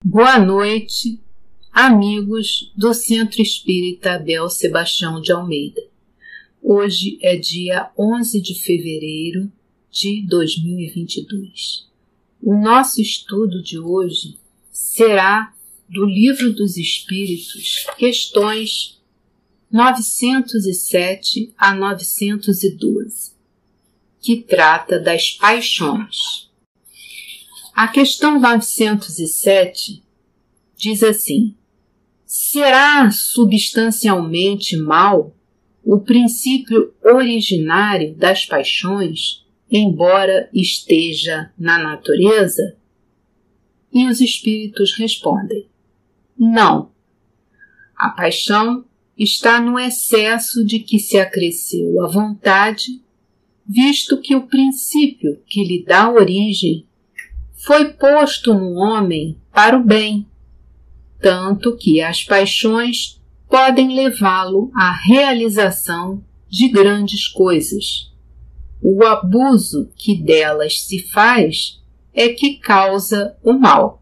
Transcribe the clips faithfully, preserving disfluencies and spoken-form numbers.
Boa noite, amigos do Centro Espírita Abel Sebastião de Almeida. Hoje é dia onze de fevereiro de dois mil e vinte e dois. O nosso estudo de hoje será do Livro dos Espíritos, questões novecentos e sete a novecentos e doze, que trata das paixões. A questão novecentos e sete diz assim: será substancialmente mal o princípio originário das paixões, embora esteja na natureza? E os espíritos respondem: não. A paixão está no excesso de que se acresceu a vontade, visto que o princípio que lhe dá origem foi posto no homem para o bem, tanto que as paixões podem levá-lo à realização de grandes coisas. O abuso que delas se faz é que causa o mal.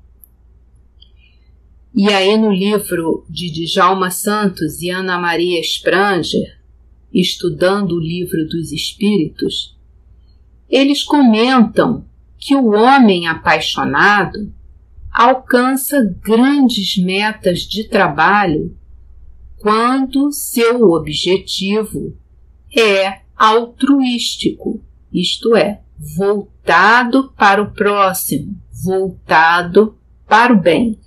E aí no livro de Djalma Santos e Ana Maria Spranger, estudando o Livro dos Espíritos, eles comentam que o homem apaixonado alcança grandes metas de trabalho quando seu objetivo é altruístico, isto é, voltado para o próximo, voltado para o bem.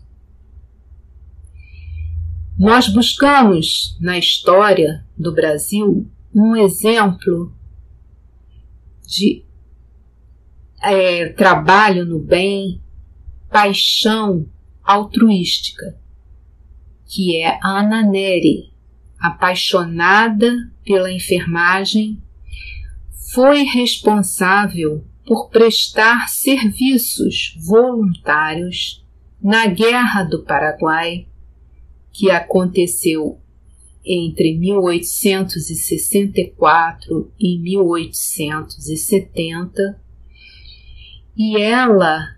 Nós buscamos na história do Brasil um exemplo de É, trabalho no bem, paixão altruística, que é a Ana Nery, apaixonada pela enfermagem, foi responsável por prestar serviços voluntários na Guerra do Paraguai, que aconteceu entre mil oitocentos e sessenta e quatro e mil oitocentos e setenta, e ela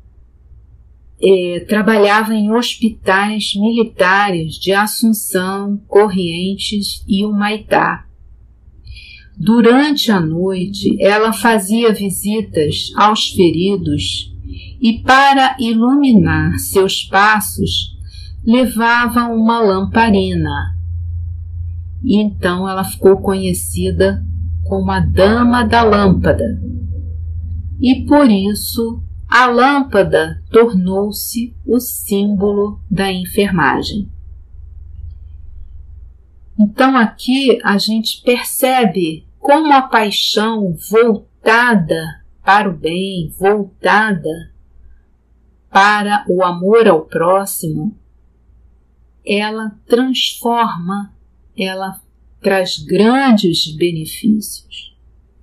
é, trabalhava em hospitais militares de Assunção, Corrientes e Humaitá. Durante a noite, ela fazia visitas aos feridos e, para iluminar seus passos, levava uma lamparina. E então ela ficou conhecida como a Dama da Lâmpada. E por isso a lâmpada tornou-se o símbolo da enfermagem. Então aqui a gente percebe como a paixão voltada para o bem, voltada para o amor ao próximo, ela transforma, ela traz grandes benefícios.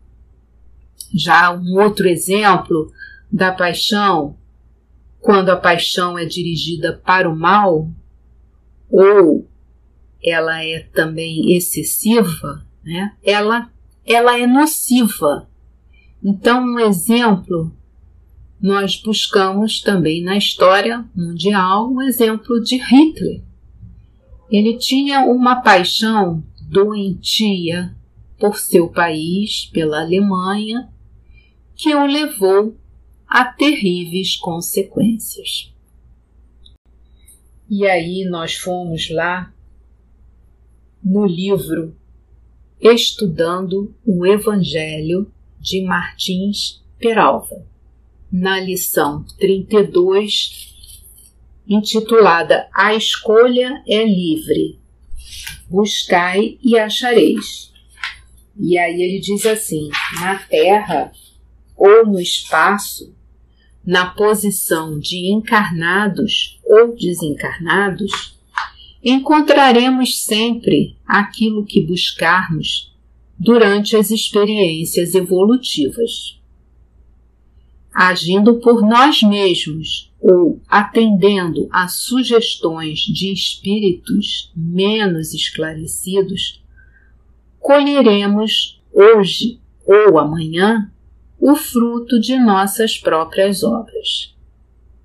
Já um outro exemplo da paixão, quando a paixão é dirigida para o mal, ou ela é também excessiva, né? ela, ela é nociva. Então, um exemplo, nós buscamos também na história mundial o exemplo de Hitler. Ele tinha uma paixão doentia por seu país, pela Alemanha, que o levou a terríveis consequências. E aí nós fomos lá no livro Estudando o Evangelho de Martins Peralva, na lição trinta e dois, intitulada A Escolha é Livre, buscai e achareis. E aí ele diz assim: na Terra ou no espaço, na posição de encarnados ou desencarnados, encontraremos sempre aquilo que buscarmos durante as experiências evolutivas. Agindo por nós mesmos ou atendendo a sugestões de espíritos menos esclarecidos, colheremos hoje ou amanhã o fruto de nossas próprias obras.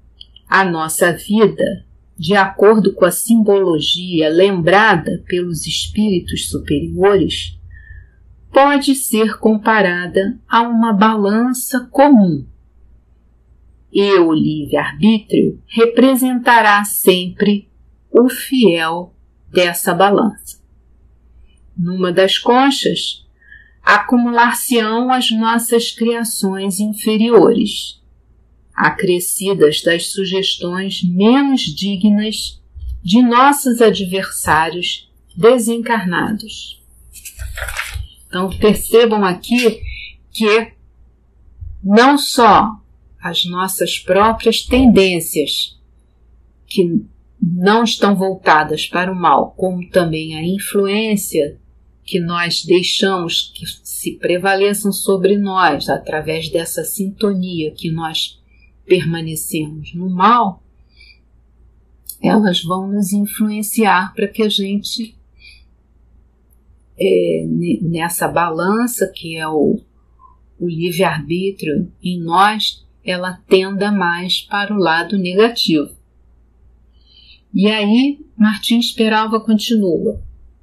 a nossa vida, de acordo com a simbologia lembrada pelos espíritos superiores, pode ser comparada a uma balança comum. E o livre-arbítrio representará sempre o fiel dessa balança. Numa das conchas, acumular-se-ão as nossas criações inferiores, acrescidas das sugestões menos dignas de nossos adversários desencarnados. Então percebam aqui que não só as nossas próprias tendências, que não estão voltadas para o mal, como também a influência que nós deixamos que se prevaleçam sobre nós através dessa sintonia que nós permanecemos no mal, elas vão nos influenciar para que a gente, é, nessa balança que é o, o livre-arbítrio em nós, ela tenda mais para o lado negativo. E aí Martins Peralva continua.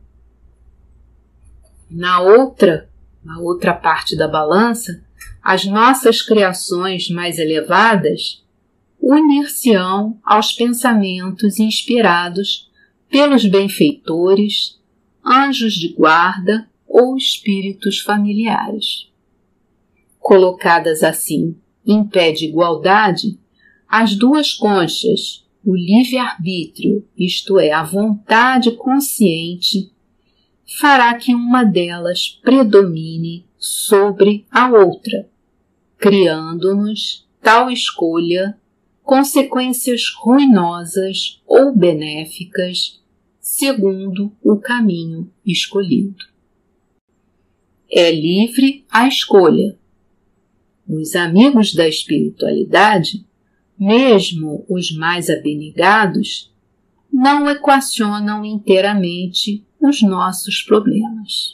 Na outra, na outra parte da balança, as nossas criações mais elevadas unir-se-ão aos pensamentos inspirados pelos benfeitores, anjos de guarda ou espíritos familiares. Colocadas assim em pé de igualdade, as duas conchas, o livre-arbítrio, isto é, a vontade consciente, fará que uma delas predomine sobre a outra, criando-nos tal escolha consequências ruinosas ou benéficas, segundo o caminho escolhido. É livre a escolha. Os amigos da espiritualidade, mesmo os mais abnegados, não equacionam inteiramente os nossos problemas.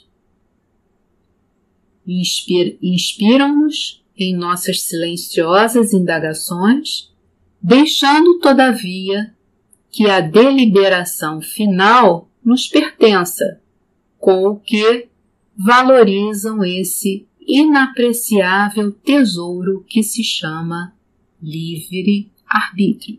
Inspir- inspiram-nos em nossas silenciosas indagações, deixando, todavia, que a deliberação final nos pertença, com o que valorizam esse inapreciável tesouro que se chama livre-arbítrio.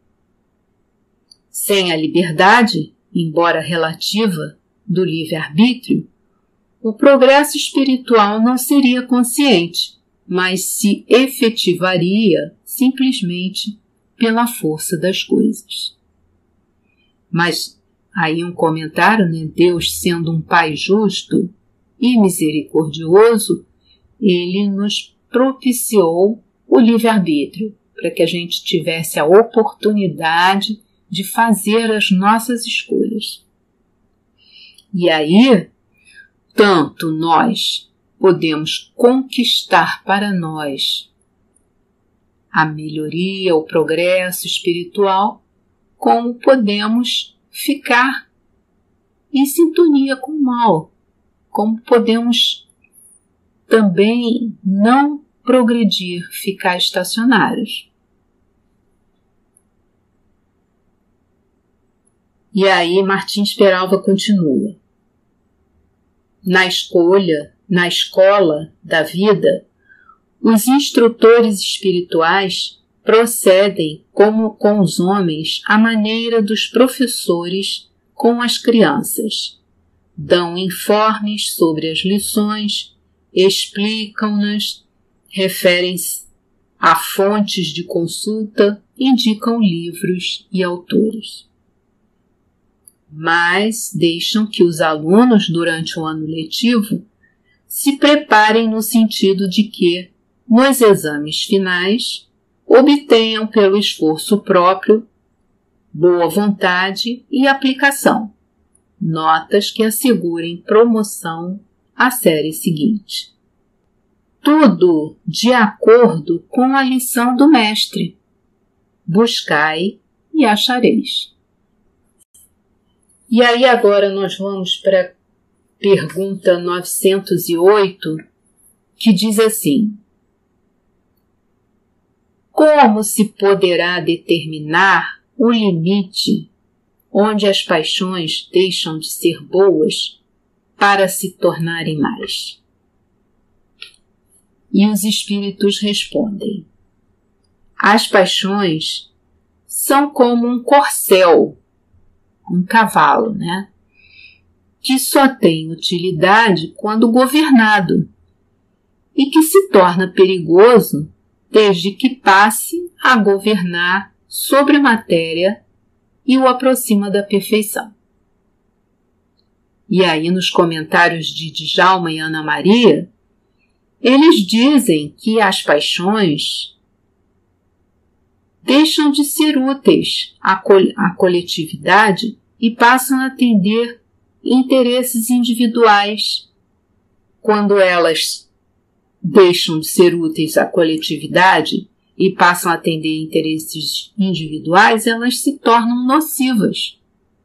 Sem a liberdade, embora relativa, do livre-arbítrio, o progresso espiritual não seria consciente, mas se efetivaria simplesmente pela força das coisas. Mas aí um comentário, né? Deus sendo um Pai justo e misericordioso, Ele nos propiciou o livre-arbítrio para que a gente tivesse a oportunidade de fazer as nossas escolhas. E aí, tanto nós podemos conquistar para nós a melhoria, o progresso espiritual, como podemos ficar em sintonia com o mal, como podemos também não progredir, ficar estacionários. E aí Martins Peralva continua. Na escolha, na escola da vida, os instrutores espirituais procedem como com os homens à maneira dos professores com as crianças. Dão informes sobre as lições, explicam-nas, referem-se a fontes de consulta, indicam livros e autores. Mas deixam que os alunos, durante o ano letivo, se preparem no sentido de que, nos exames finais, obtenham pelo esforço próprio, boa vontade e aplicação, notas que assegurem promoção à série seguinte. Tudo de acordo com a lição do mestre. Buscai e achareis. E aí agora nós vamos para a pergunta novecentos e oito, que diz assim: como se poderá determinar o limite onde as paixões deixam de ser boas para se tornarem mais? E os espíritos respondem: as paixões são como um corcel, um cavalo, né? Que só tem utilidade quando governado e que se torna perigoso desde que passe a governar sobre a matéria e o aproxima da perfeição. E aí, nos comentários de Djalma e Ana Maria, eles dizem que as paixões deixam de ser úteis à, col- à coletividade e passam a atender interesses individuais. Quando elas deixam de ser úteis à coletividade e passam a atender interesses individuais, elas se tornam nocivas.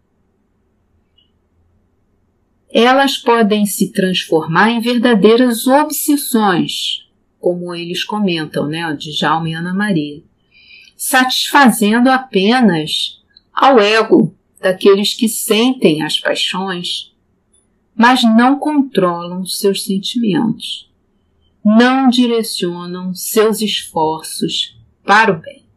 Elas podem se transformar em verdadeiras obsessões, como eles comentam, né, o Djalma e Ana Maria, satisfazendo apenas ao ego daqueles que sentem as paixões, mas não controlam seus sentimentos, não direcionam seus esforços para o bem.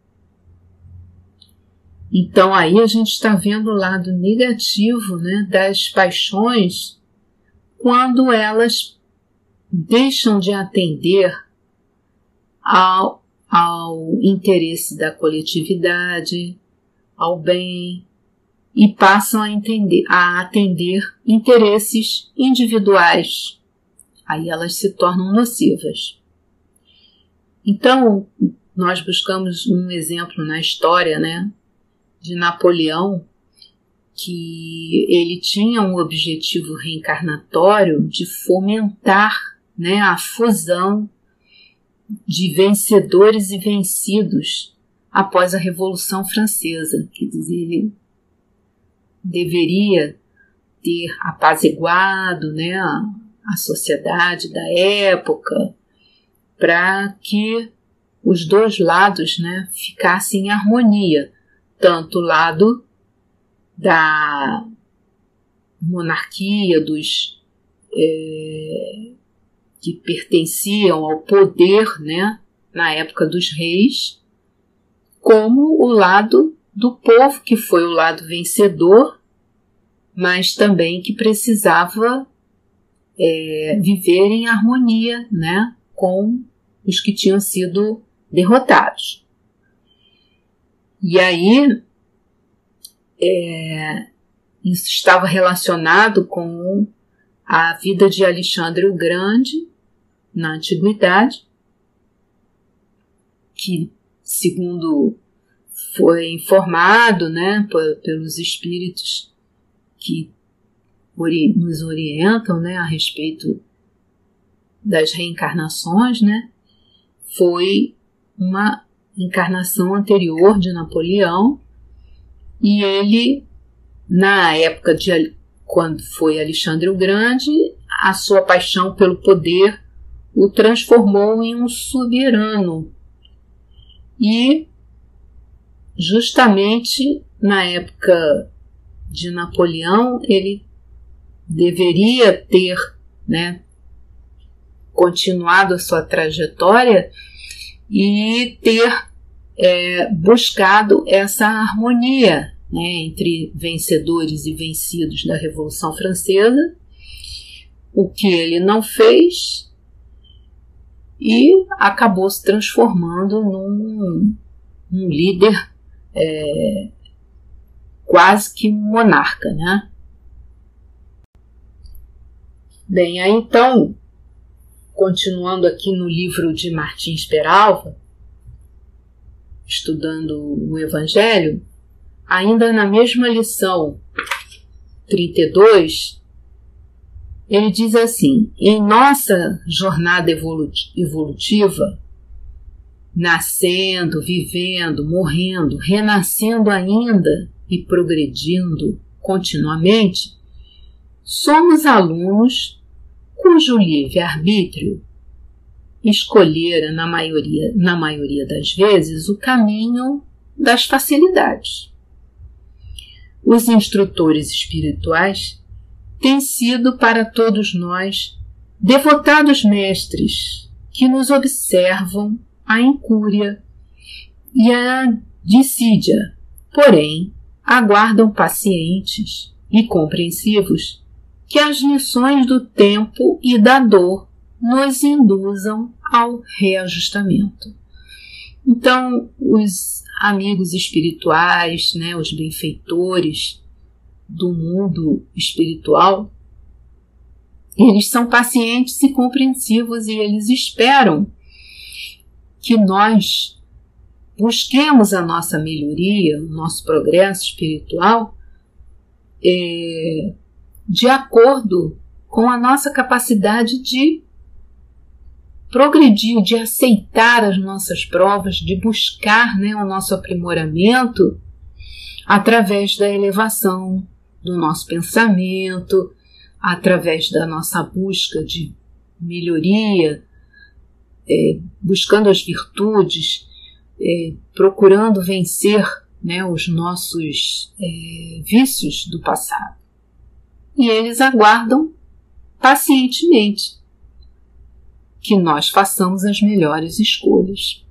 Então aí a gente está vendo o lado negativo, né, das paixões quando elas deixam de atender ao, ao interesse da coletividade, ao bem, e passam a, entender, a atender interesses individuais. Aí elas se tornam nocivas. Então, nós buscamos um exemplo na história, né, de Napoleão, que ele tinha um objetivo reencarnatório de fomentar, né, a fusão de vencedores e vencidos após a Revolução Francesa. Quer dizer, ele deveria ter apaziguado, né, a, a sociedade da época para que os dois lados, né, ficassem em harmonia, tanto o lado da monarquia, dos é, que pertenciam ao poder, né, na época dos reis, como o lado do povo, que foi o lado vencedor, mas também que precisava é, viver em harmonia, né, com os que tinham sido derrotados. E aí, é, isso estava relacionado com a vida de Alexandre o Grande na Antiguidade, que, segundo foi informado, né, pelos espíritos que ori- nos orientam, né, a respeito das reencarnações, né, foi uma encarnação anterior de Napoleão, e ele, na época de quando foi Alexandre o Grande, a sua paixão pelo poder o transformou em um soberano. E justamente na época de Napoleão, ele deveria ter, né, continuado a sua trajetória e ter é, buscado essa harmonia, né, entre vencedores e vencidos da Revolução Francesa, o que ele não fez, e acabou se transformando num, num líder é, quase que monarca, né? Bem, aí então, continuando aqui no livro de Martins Peralva, estudando o Evangelho, ainda na mesma lição trinta e dois, ele diz assim: em nossa jornada evolutiva, nascendo, vivendo, morrendo, renascendo ainda e progredindo continuamente, somos alunos cujo livre-arbítrio escolher, na maioria, na maioria das vezes, o caminho das facilidades. Os instrutores espirituais têm sido para todos nós devotados mestres que nos observam a incúria e a dissídia, porém aguardam pacientes e compreensivos que as lições do tempo e da dor nos induzam ao reajustamento. Então, os amigos espirituais, né, os benfeitores do mundo espiritual, eles são pacientes e compreensivos e eles esperam que nós busquemos a nossa melhoria, o nosso progresso espiritual, é, de acordo com a nossa capacidade de progredir, de aceitar as nossas provas, de buscar, né, o nosso aprimoramento através da elevação do nosso pensamento, através da nossa busca de melhoria, é, buscando as virtudes, é, procurando vencer, né, os nossos é, vícios do passado. E eles aguardam pacientemente que nós façamos as melhores escolhas.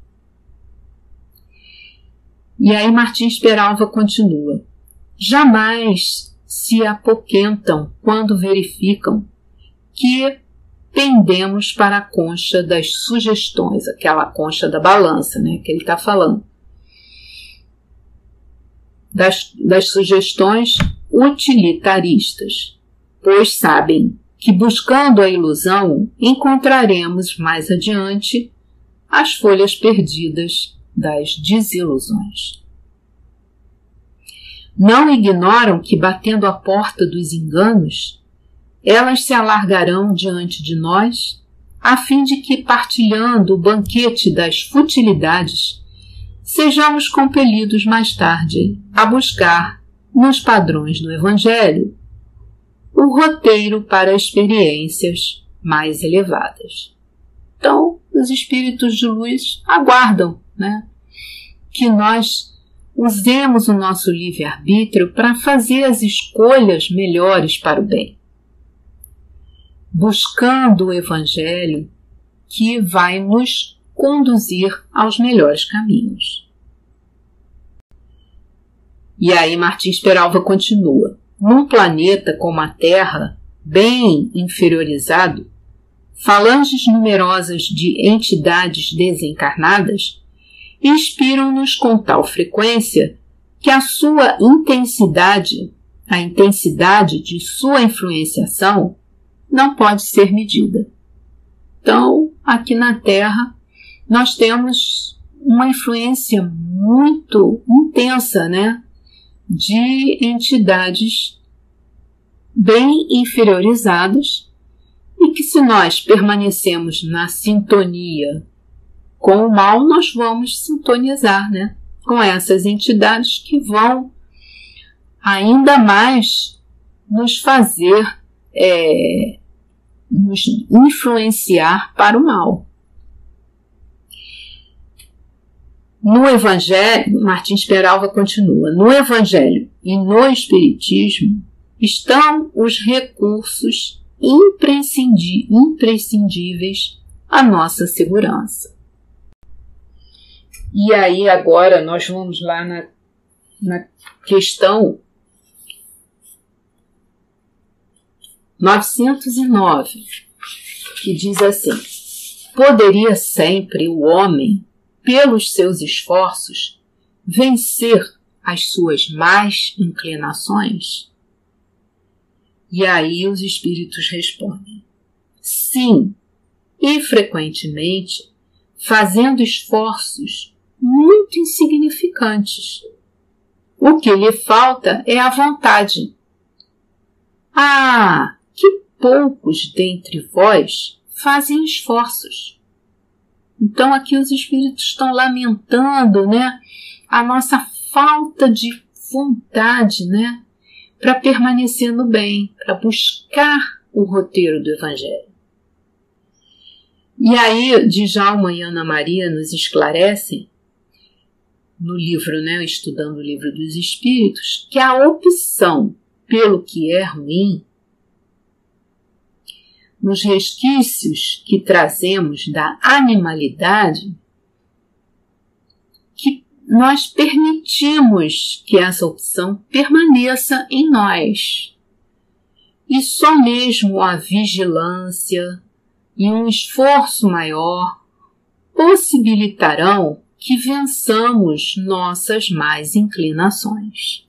E aí Martins Peralva continua: jamais se apoquentam quando verificam que pendemos para a concha das sugestões, aquela concha da balança, né, que ele está falando, das, das sugestões utilitaristas, pois sabem que buscando a ilusão encontraremos mais adiante as folhas perdidas das desilusões. Não ignoram que, batendo a porta dos enganos, elas se alargarão diante de nós, a fim de que, partilhando o banquete das futilidades, sejamos compelidos mais tarde a buscar, nos padrões do Evangelho, o roteiro para experiências mais elevadas. Então, os espíritos de luz aguardam, né, que nós usemos o nosso livre-arbítrio para fazer as escolhas melhores para o bem, buscando o Evangelho que vai nos conduzir aos melhores caminhos. E aí Martins Peralva continua: num planeta como a Terra, bem inferiorizado, falanges numerosas de entidades desencarnadas inspiram-nos com tal frequência que a sua intensidade, a intensidade de sua influenciação, não pode ser medida. Então, aqui na Terra, nós temos uma influência muito intensa, né, de entidades bem inferiorizadas e que, se nós permanecemos na sintonia com o mal, nós vamos sintonizar, né, com essas entidades que vão ainda mais nos fazer, é, nos influenciar para o mal. No Evangelho, Martins Peralva continua, no Evangelho e no Espiritismo estão os recursos imprescindi- imprescindíveis à nossa segurança. E aí agora nós vamos lá na, na questão novecentos e nove, que diz assim: poderia sempre o homem, pelos seus esforços, vencer as suas más inclinações? E aí os espíritos respondem: sim, e frequentemente fazendo esforços muito insignificantes. O que lhe falta é a vontade. Ah, que poucos dentre vós fazem esforços. Então aqui os espíritos estão lamentando, né, a nossa falta de vontade, né, para permanecer no bem, para buscar o roteiro do Evangelho. E aí, Djalma e Ana Maria nos esclarecem, no livro, né, Estudando o Livro dos Espíritos, que a opção pelo que é ruim, nos resquícios que trazemos da animalidade, que nós permitimos que essa opção permaneça em nós. E só mesmo a vigilância e um esforço maior possibilitarão que vençamos nossas más inclinações.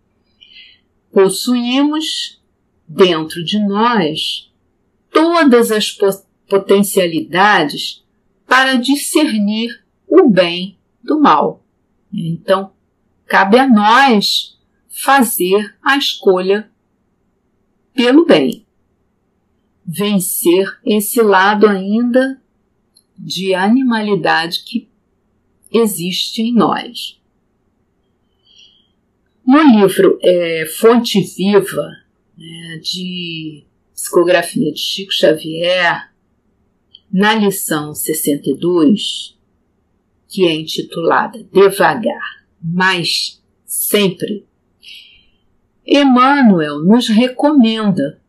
Possuímos dentro de nós todas as potencialidades para discernir o bem do mal. Então, cabe a nós fazer a escolha pelo bem. Vencer esse lado ainda de animalidade que existe em nós. No livro é, Fonte Viva, né, de psicografia de Chico Xavier, na lição sessenta e dois, que é intitulada Devagar, mas sempre, Emmanuel nos recomenda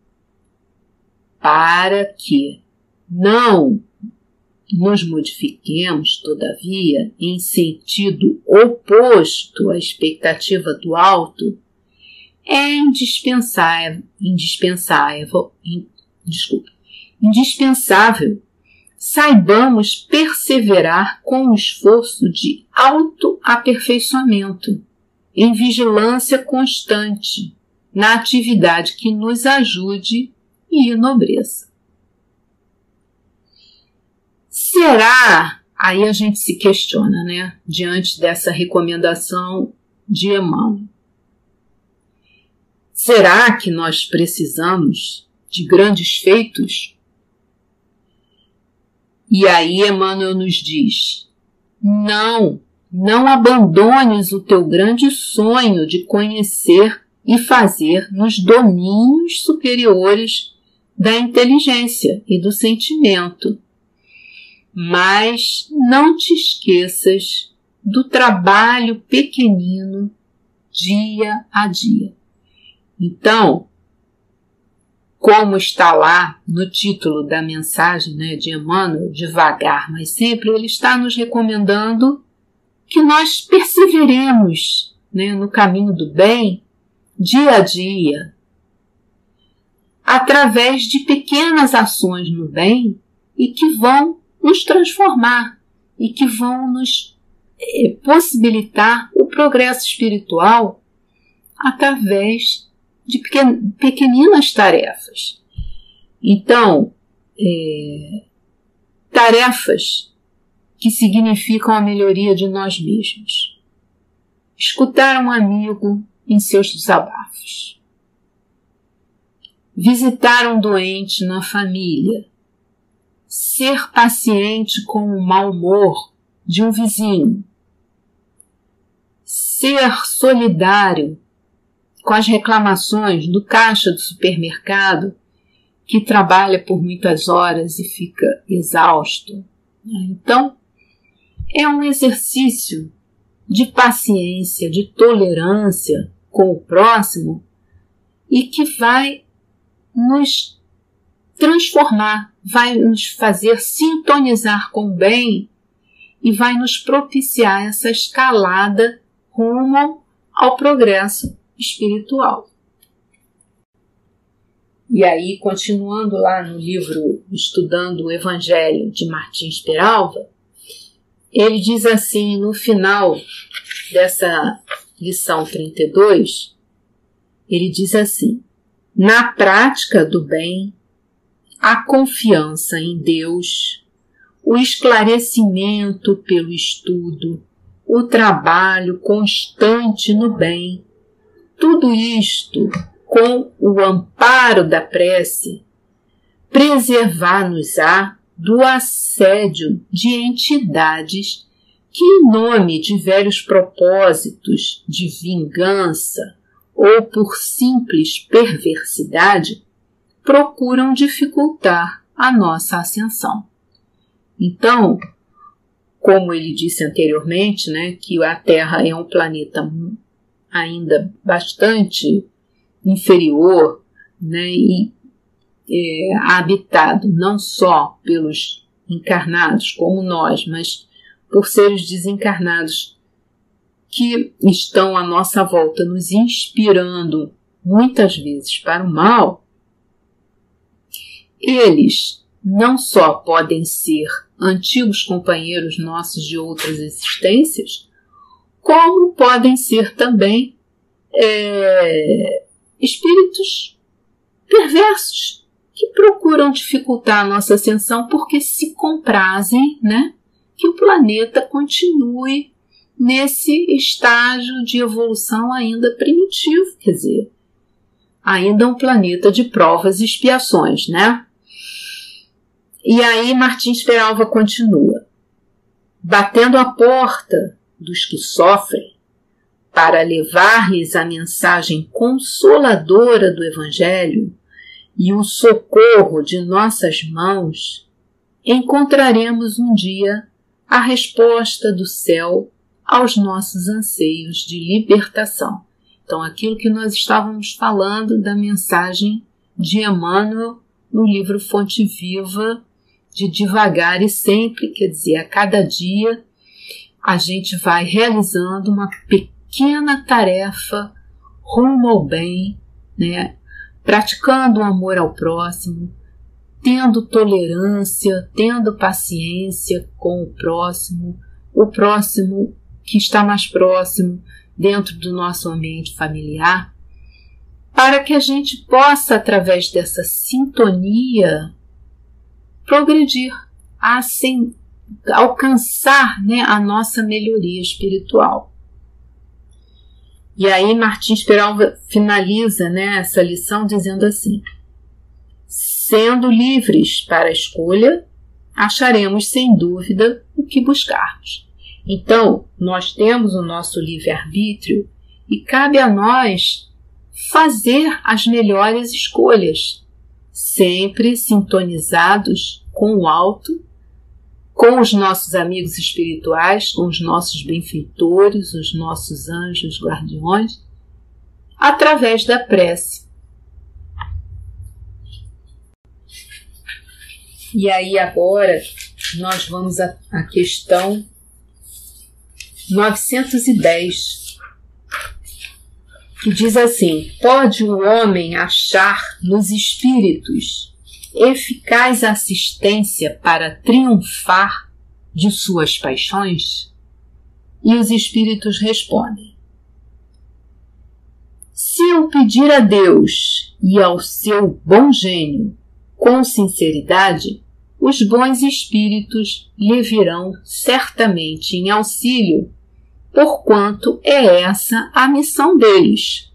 para que não nos modifiquemos, todavia, em sentido oposto à expectativa do alto, é indispensável, indispensável, in, desculpa, indispensável saibamos perseverar com o esforço de autoaperfeiçoamento, em vigilância constante, na atividade que nos ajude e enobreça. Será, aí a gente se questiona, né, diante dessa recomendação de Emmanuel, será que nós precisamos de grandes feitos? E aí Emmanuel nos diz, não, não abandones o teu grande sonho de conhecer e fazer nos domínios superiores da inteligência e do sentimento. Mas não te esqueças do trabalho pequenino dia a dia. Então, como está lá no título da mensagem, né, de Emmanuel, devagar, mas sempre, ele está nos recomendando que nós perseveremos, né, no caminho do bem, dia a dia, através de pequenas ações no bem e que vão nos transformar e que vão nos eh, possibilitar o progresso espiritual através de pequen, pequeninas tarefas. Então, é, tarefas que significam a melhoria de nós mesmos. Escutar um amigo em seus desabafos. Visitar um doente na família. Ser paciente com o mau humor de um vizinho. Ser solidário com as reclamações do caixa do supermercado que trabalha por muitas horas e fica exausto. Então, é um exercício de paciência, de tolerância com o próximo e que vai nos transformar, vai nos fazer sintonizar com o bem e vai nos propiciar essa escalada rumo ao progresso espiritual. E aí, continuando lá no livro Estudando o Evangelho de Martins Peralva, ele diz assim, no final dessa lição trinta e dois, ele diz assim, na prática do bem, a confiança em Deus, o esclarecimento pelo estudo, o trabalho constante no bem, tudo isto, com o amparo da prece, preservar-nos-á do assédio de entidades que, em nome de velhos propósitos de vingança ou por simples perversidade, procuram dificultar a nossa ascensão. Então, como ele disse anteriormente, né, que a Terra é um planeta ainda bastante inferior, né, e é, habitado não só pelos encarnados como nós, mas por seres desencarnados que estão à nossa volta, nos inspirando muitas vezes para o mal, eles não só podem ser antigos companheiros nossos de outras existências, como podem ser também é, espíritos perversos que procuram dificultar a nossa ascensão porque se comprazem, né, que o planeta continue nesse estágio de evolução ainda primitivo, quer dizer, ainda um planeta de provas e expiações, né? E aí Martins Peralva continua, batendo a porta dos que sofrem para levar-lhes a mensagem consoladora do Evangelho e o socorro de nossas mãos, encontraremos um dia a resposta do céu aos nossos anseios de libertação. Então, aquilo que nós estávamos falando da mensagem de Emmanuel no livro Fonte Viva, de devagar e sempre, quer dizer, a cada dia a gente vai realizando uma pequena tarefa rumo ao bem, né? Praticando o amor ao próximo, tendo tolerância, tendo paciência com o próximo, o próximo que está mais próximo dentro do nosso ambiente familiar, para que a gente possa, através dessa sintonia, progredir, assim, alcançar, né, a nossa melhoria espiritual. E aí Martins Peralva finaliza, né, essa lição dizendo assim: sendo livres para a escolha, acharemos sem dúvida o que buscarmos. Então, nós temos o nosso livre-arbítrio e cabe a nós fazer as melhores escolhas, sempre sintonizados com o alto, com os nossos amigos espirituais, com os nossos benfeitores, os nossos anjos guardiões, através da prece. E aí agora nós vamos à, à questão novecentos e dez, que diz assim: pode o homem achar nos espíritos eficaz assistência para triunfar de suas paixões? E os espíritos respondem: se eu pedir a Deus e ao seu bom gênio com sinceridade, os bons espíritos lhe virão certamente em auxílio, porquanto é essa a missão deles.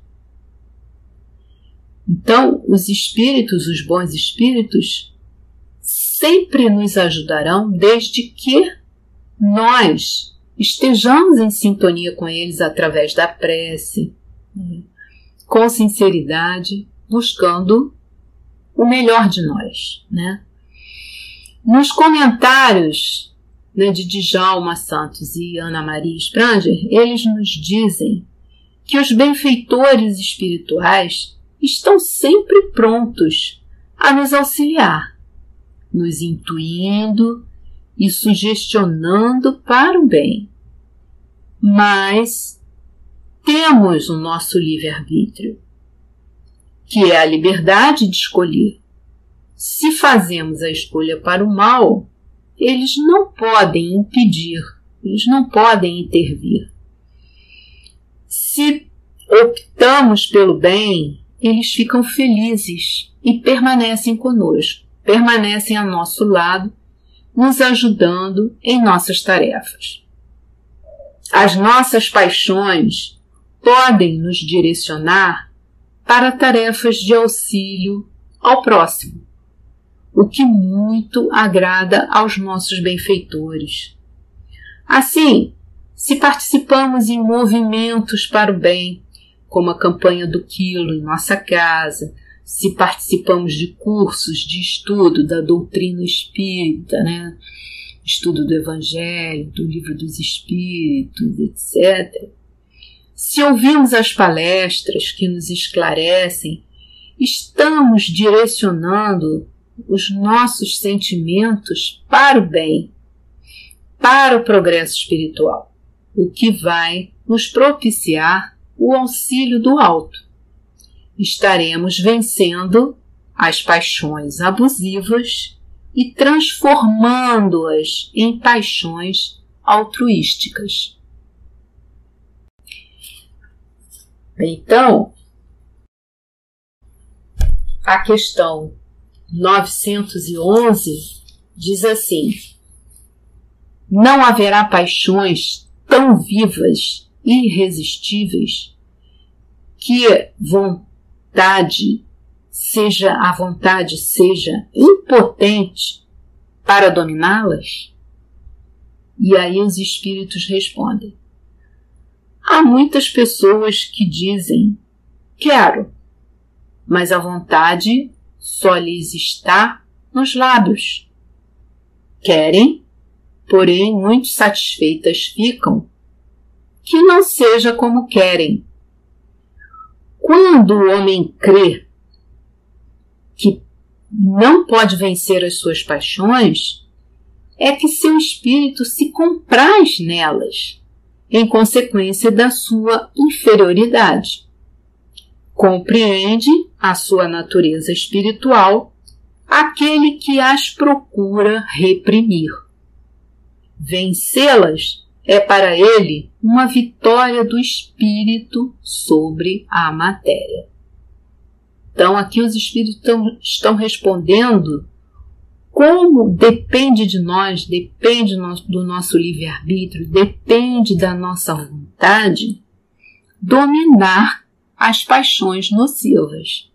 Então, os espíritos, os bons espíritos, sempre nos ajudarão desde que nós estejamos em sintonia com eles através da prece, com sinceridade, buscando o melhor de nós, né? Nos comentários, né, de Djalma Santos e Ana Maria Spranger, eles nos dizem que os benfeitores espirituais estão sempre prontos a nos auxiliar, nos intuindo e sugestionando para o bem. Mas temos o nosso livre-arbítrio, que é a liberdade de escolher. Se fazemos a escolha para o mal, eles não podem impedir, eles não podem intervir. Se optamos pelo bem, eles ficam felizes e permanecem conosco, permanecem a nosso lado, nos ajudando em nossas tarefas. As nossas paixões podem nos direcionar para tarefas de auxílio ao próximo, o que muito agrada aos nossos benfeitores. Assim, se participamos em movimentos para o bem, como a campanha do quilo em nossa casa, se participamos de cursos de estudo da doutrina espírita, né, estudo do Evangelho, do Livro dos Espíritos, etcétera, se ouvimos as palestras que nos esclarecem, estamos direcionando os nossos sentimentos para o bem, para o progresso espiritual, o que vai nos propiciar o auxílio do alto. Estaremos vencendo as paixões abusivas e transformando-as em paixões altruísticas. Então, a questão novecentos e onze diz assim: não haverá paixões tão vivas e irresistíveis que vontade seja a vontade seja impotente para dominá-las? E aí os espíritos respondem: há muitas pessoas que dizem quero, mas a vontade só lhes está nos lábios. Querem, porém muito satisfeitas ficam, que não seja como querem. Quando o homem crê que não pode vencer as suas paixões, é que seu espírito se compraz nelas, em consequência da sua inferioridade. Compreende a sua natureza espiritual aquele que as procura reprimir. Vencê-las é para ele uma vitória do espírito sobre a matéria. Então, aqui os espíritos estão, estão respondendo como depende de nós, depende do nosso livre-arbítrio, depende da nossa vontade dominar as paixões nocivas.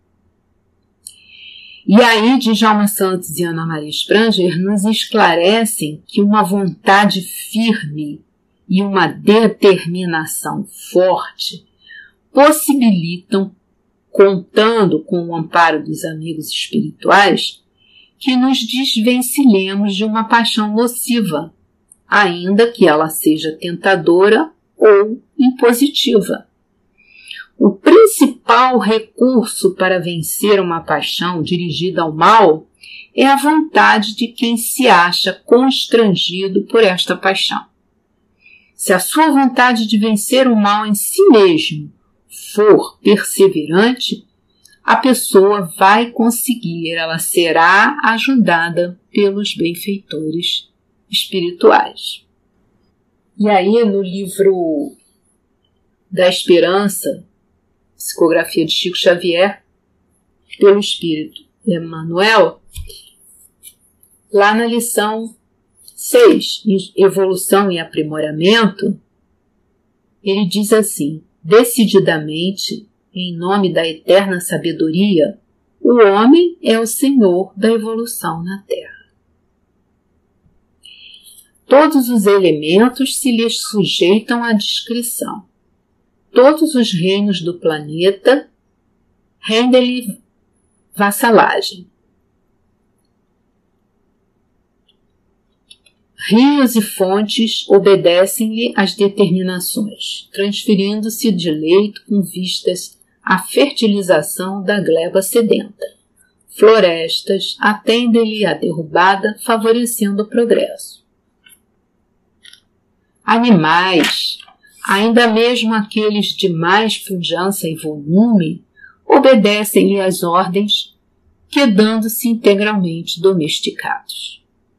E aí, Djalma Santos e Ana Maria Spranger nos esclarecem que uma vontade firme e uma determinação forte possibilitam, contando com o amparo dos amigos espirituais, que nos desvencilhemos de uma paixão nociva, ainda que ela seja tentadora ou impositiva. O principal recurso para vencer uma paixão dirigida ao mal é a vontade de quem se acha constrangido por esta paixão. Se a sua vontade de vencer o mal em si mesmo for perseverante, a pessoa vai conseguir, ela será ajudada pelos benfeitores espirituais. E aí, no livro da Esperança, Psicografia de Chico Xavier, pelo Espírito Emmanuel, lá na lição seis, Evolução e Aprimoramento, ele diz assim: decididamente, em nome da eterna sabedoria, o homem é o senhor da evolução na Terra. Todos os elementos se lhes sujeitam à discrição. Todos os reinos do planeta rendem-lhe vassalagem. Rios e fontes obedecem-lhe às determinações, transferindo-se de leito com vistas à fertilização da gleba sedenta. Florestas atendem-lhe à derrubada, favorecendo o progresso. Animais, ainda mesmo aqueles de mais pujança e volume, obedecem-lhe às ordens, quedando-se integralmente domesticados.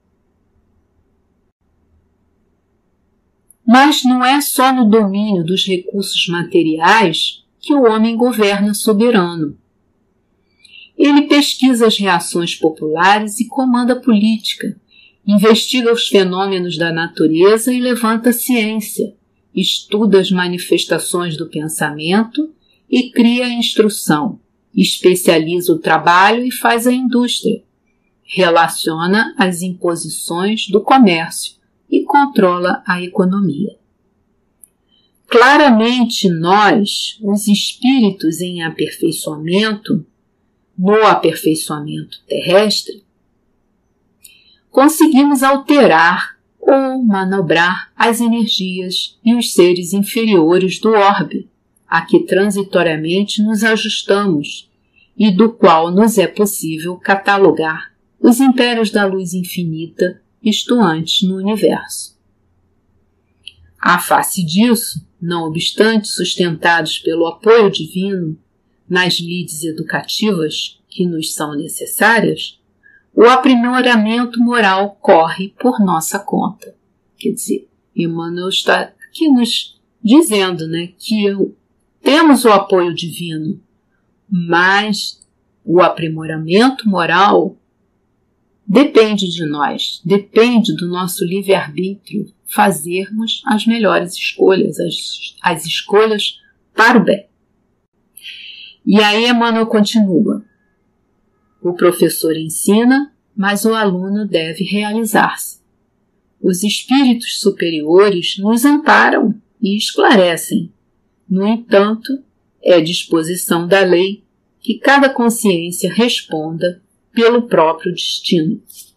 Mas não é só no domínio dos recursos materiais que o homem governa soberano. Ele pesquisa as reações populares e comanda a política, investiga os fenômenos da natureza e levanta a ciência, estuda as manifestações do pensamento e cria a instrução, especializa o trabalho e faz a indústria, relaciona as imposições do comércio e controla a economia. Claramente nós, os espíritos em aperfeiçoamento, no aperfeiçoamento terrestre, conseguimos alterar ou manobrar as energias e os seres inferiores do orbe, a que transitoriamente nos ajustamos e do qual nos é possível catalogar os impérios da luz infinita estuantes no universo. À face disso, não obstante sustentados pelo apoio divino nas lides educativas que nos são necessárias, o aprimoramento moral corre por nossa conta. Quer dizer, Emmanuel está aqui nos dizendo, né, que temos o apoio divino, mas o aprimoramento moral depende de nós, depende do nosso livre-arbítrio fazermos as melhores escolhas, as, as escolhas para o bem. E aí Emmanuel continua. O professor ensina, mas o aluno deve realizar-se. Os espíritos superiores nos amparam e esclarecem. No entanto, é disposição da lei que cada consciência responda pelo próprio destino.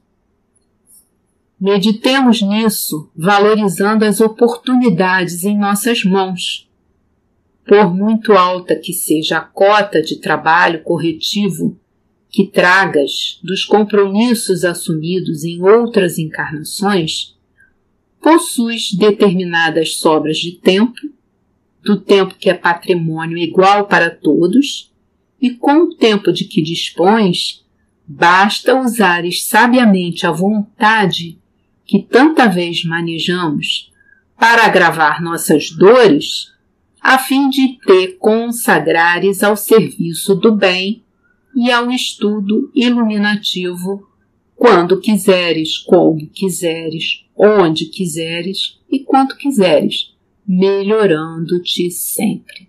Meditemos nisso, valorizando as oportunidades em nossas mãos. Por muito alta que seja a cota de trabalho corretivo que tragas dos compromissos assumidos em outras encarnações, possuis determinadas sobras de tempo, do tempo que é patrimônio igual para todos, e com o tempo de que dispões, basta usares sabiamente a vontade que tanta vez manejamos para agravar nossas dores, a fim de te consagrares ao serviço do bem e ao estudo iluminativo quando quiseres, como quiseres, onde quiseres e quanto quiseres, melhorando-te sempre.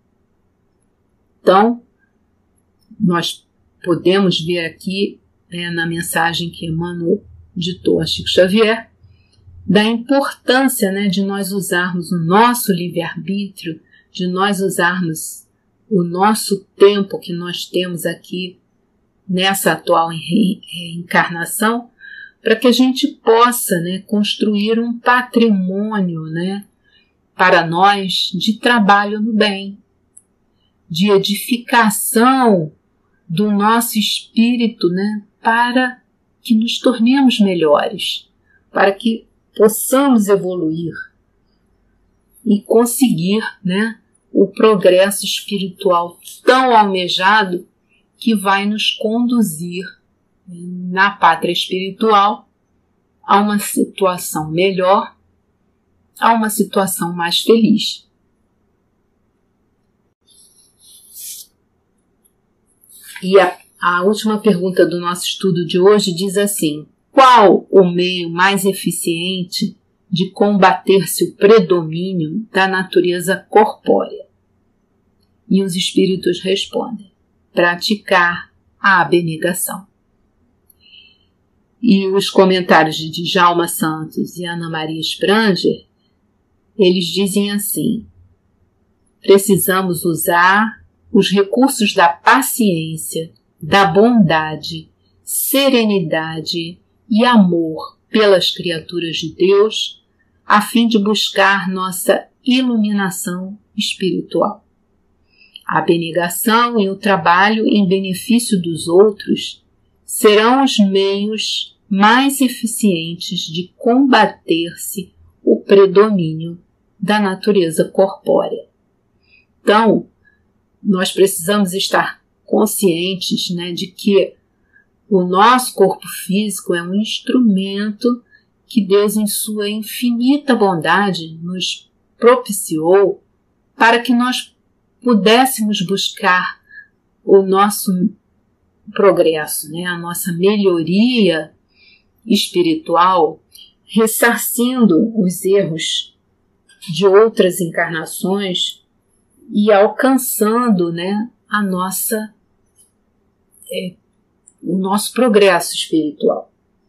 Então, nós podemos ver aqui, né, na mensagem que Emmanuel ditou a Chico Xavier, da importância, né, de nós usarmos o nosso livre-arbítrio, de nós usarmos o nosso tempo que nós temos aqui nessa atual reencarnação, para que a gente possa, né, construir um patrimônio, né, para nós de trabalho no bem, de edificação do nosso espírito, né, para que nos tornemos melhores, para que possamos evoluir e conseguir, né, o progresso espiritual tão almejado que vai nos conduzir na pátria espiritual a uma situação melhor, a uma situação mais feliz. E a, a última pergunta do nosso estudo de hoje diz assim: qual o meio mais eficiente de combater-se o predomínio da natureza corpórea? E os espíritos respondem: praticar a abnegação. E os comentários de Djalma Santos e Ana Maria Spranger, eles dizem assim: precisamos usar os recursos da paciência, da bondade, serenidade e amor pelas criaturas de Deus, a fim de buscar nossa iluminação espiritual. A abnegação e o trabalho em benefício dos outros serão os meios mais eficientes de combater-se o predomínio da natureza corpórea. Então, nós precisamos estar conscientes, né, de que o nosso corpo físico é um instrumento que Deus, em sua infinita bondade, nos propiciou para que nós pudéssemos buscar o nosso progresso, né, a nossa melhoria espiritual, ressarcindo os erros de outras encarnações e alcançando, né, a nossa, é, o nosso progresso espiritual.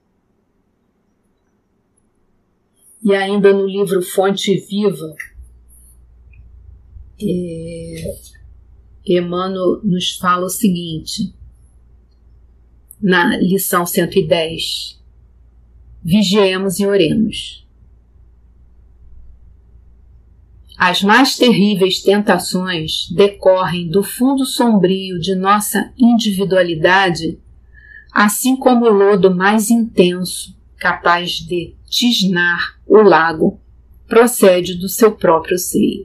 E ainda no livro Fonte Viva, é, Emmanuel nos fala o seguinte, na lição cento e dez: vigiemos e oremos. As mais terríveis tentações decorrem do fundo sombrio de nossa individualidade, assim como o lodo mais intenso, capaz de tisnar o lago, procede do seu próprio seio.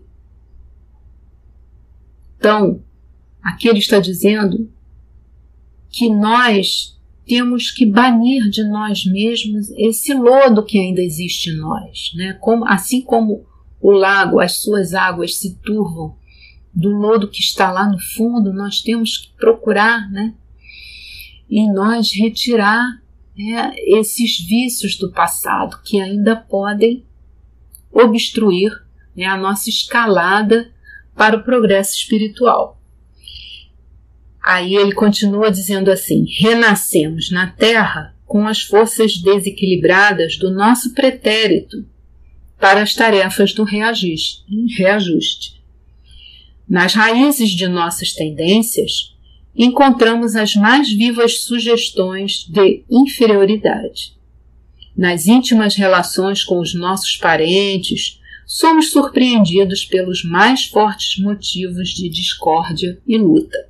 Então, aqui ele está dizendo que nós temos que banir de nós mesmos esse lodo que ainda existe em nós, né? Como, assim como o lago, as suas águas se turvam do lodo que está lá no fundo, nós temos que procurar, né, em nós retirar, né, esses vícios do passado que ainda podem obstruir, né, a nossa escalada para o progresso espiritual. Aí ele continua dizendo assim: renascemos na Terra com as forças desequilibradas do nosso pretérito para as tarefas do reajuste. Nas raízes de nossas tendências, encontramos as mais vivas sugestões de inferioridade. Nas íntimas relações com os nossos parentes, somos surpreendidos pelos mais fortes motivos de discórdia e luta.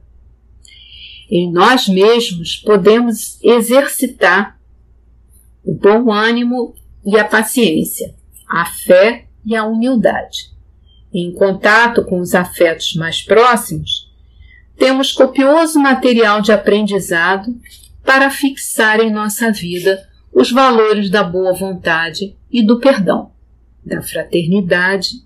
Em nós mesmos podemos exercitar o bom ânimo e a paciência, a fé e a humildade. Em contato com os afetos mais próximos, temos copioso material de aprendizado para fixar em nossa vida os valores da boa vontade e do perdão, da fraternidade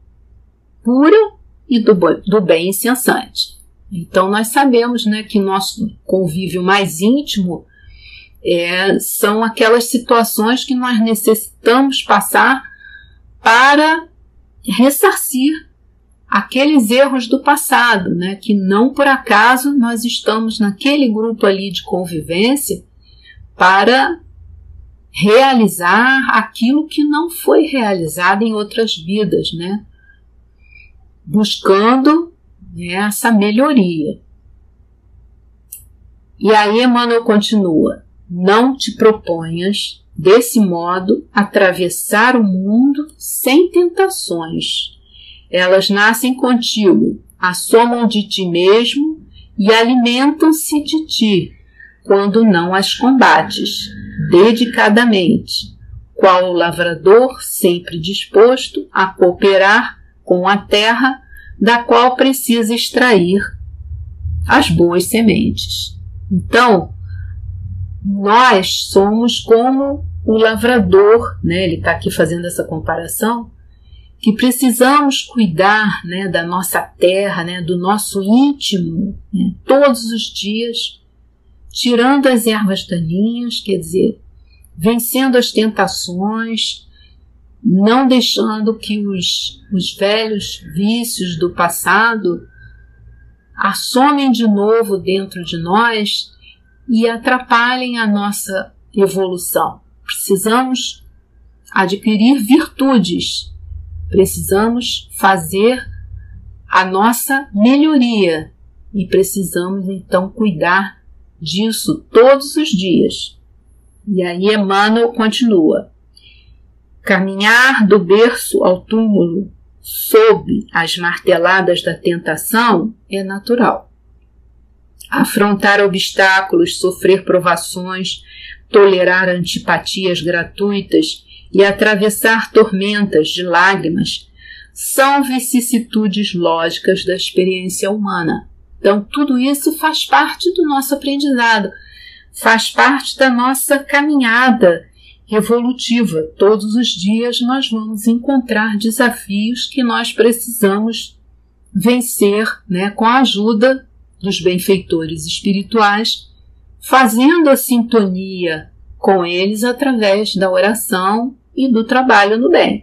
pura e do, do bem incessante. Então nós sabemos, né, que nosso convívio mais íntimo é, são aquelas situações que nós necessitamos passar para ressarcir aqueles erros do passado, né, que não por acaso nós estamos naquele grupo ali de convivência para realizar aquilo que não foi realizado em outras vidas, né, buscando, né, essa melhoria. E aí Emmanuel continua: não te proponhas desse modo atravessar o mundo sem tentações. Elas nascem contigo, assomam de ti mesmo e alimentam-se de ti, quando não as combates, dedicadamente, qual o lavrador sempre disposto a cooperar com a terra da qual precisa extrair as boas sementes. Então, nós somos como o lavrador, né? Ele está aqui fazendo essa comparação, que precisamos cuidar, né, da nossa terra, né, do nosso íntimo, né, todos os dias, tirando as ervas daninhas, quer dizer, vencendo as tentações, não deixando que os, os velhos vícios do passado assomem de novo dentro de nós e atrapalhem a nossa evolução. Precisamos adquirir virtudes, precisamos fazer a nossa melhoria e precisamos então cuidar disso todos os dias. E aí Emmanuel continua: caminhar do berço ao túmulo sob as marteladas da tentação é natural. Afrontar obstáculos, sofrer provações, tolerar antipatias gratuitas e atravessar tormentas de lágrimas são vicissitudes lógicas da experiência humana. Então, tudo isso faz parte do nosso aprendizado, faz parte da nossa caminhada evolutiva. Todos os dias nós vamos encontrar desafios que nós precisamos vencer, né, com a ajuda dos benfeitores espirituais, fazendo a sintonia com eles através da oração e do trabalho no bem.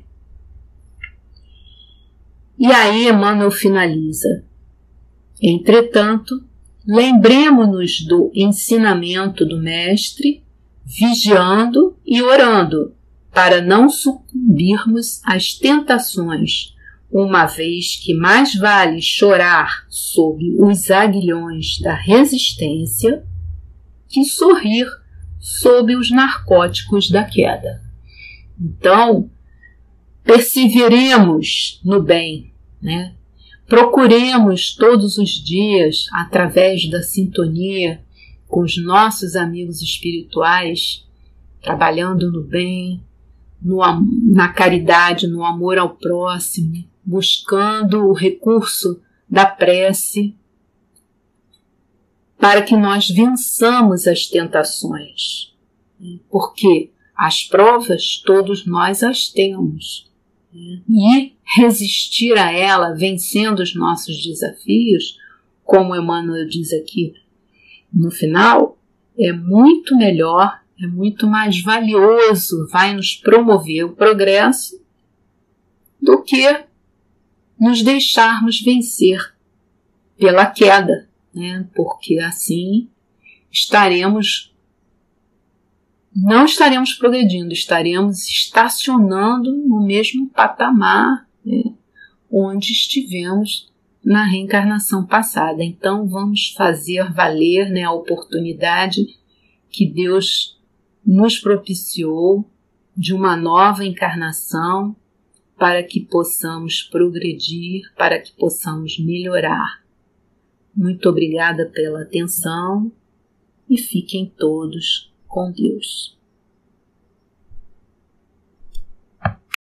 E aí Emmanuel finaliza: entretanto, lembremo-nos do ensinamento do Mestre, vigiando e orando, para não sucumbirmos às tentações, uma vez que mais vale chorar sob os aguilhões da resistência que sorrir sob os narcóticos da queda. Então, perseveremos no bem, né? Procuremos todos os dias, através da sintonia com os nossos amigos espirituais, trabalhando no bem, no, na caridade, no amor ao próximo, buscando o recurso da prece, para que nós vençamos as tentações, porque as provas todos nós as temos, e resistir a ela, vencendo os nossos desafios, como Emmanuel diz aqui no final, é muito melhor, é muito mais valioso, vai nos promover o progresso do que nos deixarmos vencer pela queda, né? Porque assim estaremos, não estaremos progredindo, estaremos estacionando no mesmo patamar, né, onde estivemos na reencarnação passada. Então vamos fazer valer, né, a oportunidade que Deus nos propiciou de uma nova encarnação, para que possamos progredir, para que possamos melhorar. Muito obrigada pela atenção e fiquem todos com Deus.